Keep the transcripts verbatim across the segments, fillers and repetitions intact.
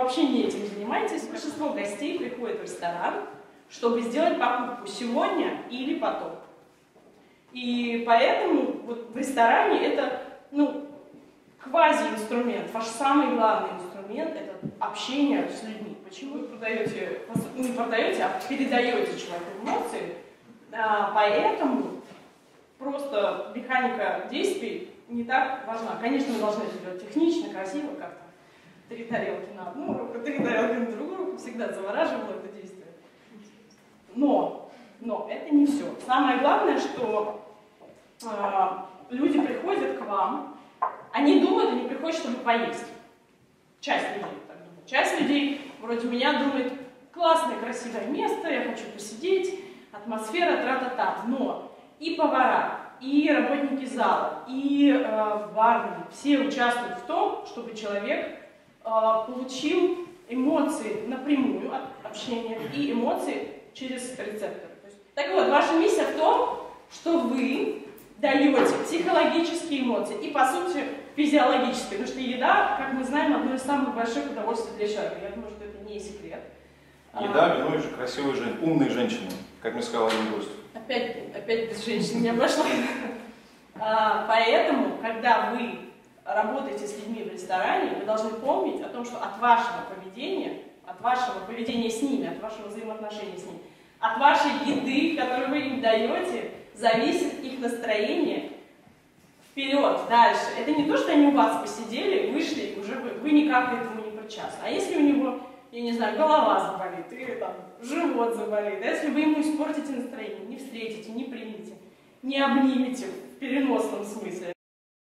вообще не этим занимаетесь. Большинство гостей приходят в ресторан, чтобы сделать покупку сегодня или потом. И поэтому вот в ресторане это, ну, квази-инструмент, ваш самый главный инструмент — это общение с людьми. Почему вы продаете, не продаете, а передаете человеку эмоции, а, поэтому просто механика действий не так важна. Конечно, вы должны это делать технично, красиво, как-то. Три тарелки на одну руку, три тарелки на другую руку, всегда завораживало это действие. Но, но это не все. Самое главное, что э, люди приходят к вам, они думают, они приходят, чтобы поесть. Часть людей так думает. Часть людей, вроде меня, думает, классное, красивое место, я хочу посидеть, атмосфера, тра-та-та. Но и повара, и работники зала, и э, бармены, все участвуют в том, чтобы человек э, получил эмоции напрямую от общения и эмоции через рецепторы. То есть, так вот, ваша миссия в том, что вы даете психологические эмоции и, по сути, физиологические. Потому что еда, как мы знаем, одно из самых больших удовольствий для человека. Я думаю, что это не секрет. Еда, вино и же красивые женщины, умные женщины, как мне сказал один гость. Опять, опять без женщин не обошло. Поэтому, когда вы работаете с людьми в ресторане, вы должны помнить о том, что от вашего поведения, от вашего поведения с ними, от вашего взаимоотношения с ними, от вашей еды, которую вы им даете, зависит их настроение вперед, дальше. Это не то, что они у вас посидели, вышли, уже вы, вы никак к этому не причастны. А если у него, я не знаю, голова заболит, или там живот заболит, да, если вы ему испортите настроение, не встретите, не примете, не обнимете в переносном смысле.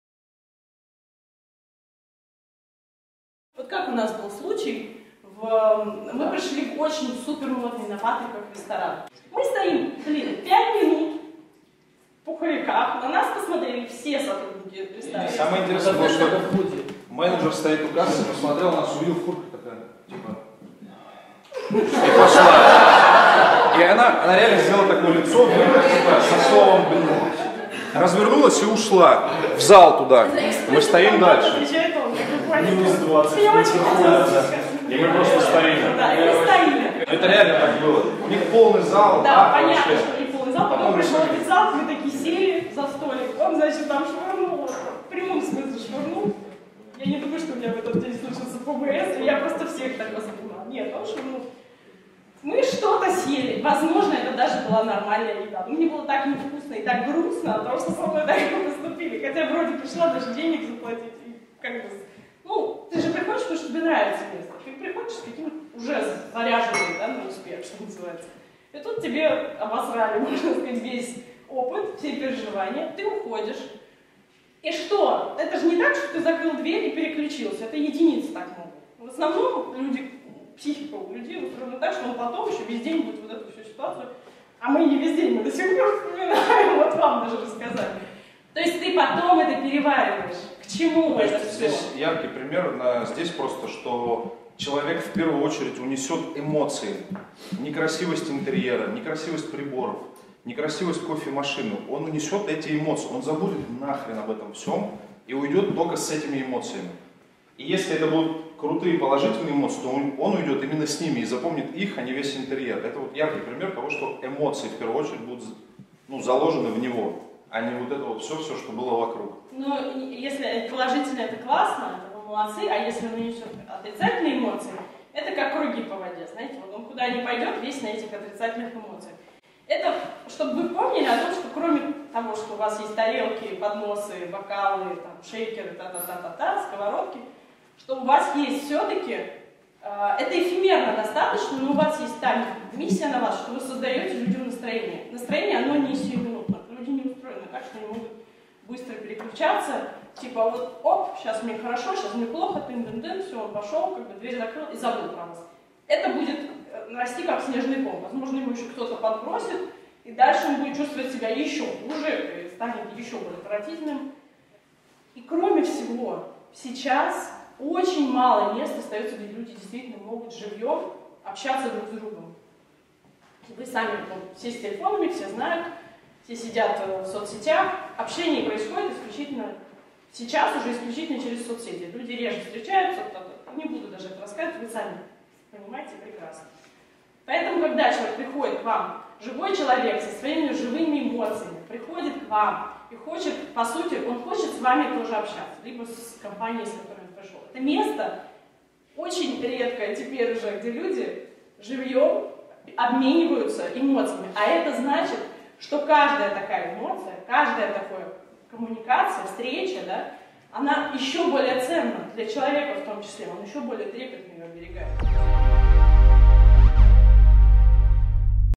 Вот как у нас был случай, в... мы пришли в очень супер модный на Патриках ресторан. Мы стоим, блин, пять минут в пуховиках, на нас посмотрели все сотрудники ресторана. Самое интересное, что менеджер стоит у кассы, посмотрел на нас, увидел фурку такая, типа, и пошла. И она, она реально сделала такое лицо, типа, со словом, блин, развернулась и ушла в зал туда. Мы стоим дальше. Минус двадцать. И мы просто стоим. Да, и мы стоим. Это реально так было. У них полный зал. Да, понятно, что у них полный зал. Потом пришел официант, мы такие сели за столик. Он, значит, там швырнул, в прямом смысле швырнул. Я не думаю, что у меня в этот день случился ПВС, я просто всех так воспринимала. Нет, он швырнул. Мы что-то съели. Возможно, это даже была нормальная еда. Но мне было так невкусно и так грустно от того, что со мной так поступили. Хотя вроде пришла даже денег заплатить. И как бы... Ну, ты же приходишь, потому что тебе нравится место. Ты приходишь с каким-то уже заряженным, да, на успех, что называется. И тут тебе обосрали, можно сказать, весь опыт, все переживания. Ты уходишь. И что? Это же не так, что ты закрыл дверь и переключился. Это единицы так могут. В основном люди, психика у людей устроена так, что он потом еще весь день будет вот эту всю ситуацию. А мы не весь день, мы до сих пор вспоминаем, вот вам даже рассказали. То есть ты потом это перевариваешь. К чему это все? Здесь яркий пример, на, здесь просто, что человек в первую очередь унесет эмоции. Некрасивость интерьера, некрасивость приборов, некрасивость кофемашины. Он унесет эти эмоции, он забудет нахрен об этом всем и уйдет только с этими эмоциями. И если это будут крутые положительные эмоции, то он, он уйдет именно с ними и запомнит их, а не весь интерьер. Это вот яркий пример того, что эмоции в первую очередь будут, ну, заложены в него, а не вот это вот все-все, что было вокруг. Ну, если положительно, это классно, это вы молодцы, а если он несет отрицательные эмоции, это как круги по воде, знаете, вот он куда ни пойдет, весь на этих отрицательных эмоциях. Это, чтобы вы помнили о том, что кроме того, что у вас есть тарелки, подносы, бокалы, там, шейкеры, та-та-та-та-та, сковородки, что у вас есть все-таки, э, это эфемерно достаточно, но у вас есть та миссия на вас, что вы создаете людям настроение. Настроение, оно не сиюминутно. Люди не устроены так, что они могут быстро переключаться, типа вот, оп, сейчас мне хорошо, сейчас мне плохо, тын-тын-тын, все, он пошел, как бы дверь закрыл и забыл про вас. Это будет расти как снежный ком. Возможно, ему еще кто-то подбросит, и дальше он будет чувствовать себя еще хуже, и станет еще более отвратительным. И кроме всего, сейчас очень мало мест остается, где люди действительно могут живьем общаться друг с другом. Вы сами, ну, все с телефонами, все знают, все сидят в соцсетях. Общение происходит исключительно, сейчас уже исключительно через соцсети. Люди реже встречаются, Не буду даже это рассказывать, вы сами понимаете прекрасно. Поэтому, когда человек приходит к вам, живой человек со своими живыми эмоциями, приходит к вам и хочет, по сути, он хочет с вами тоже общаться, либо с компанией, с которой он пришел. Это место очень редкое теперь уже, где люди живьем обмениваются эмоциями. А это значит, что каждая такая эмоция, каждая такая коммуникация, встреча, да, она еще более ценна для человека в том числе, он еще более трепетно ее оберегает.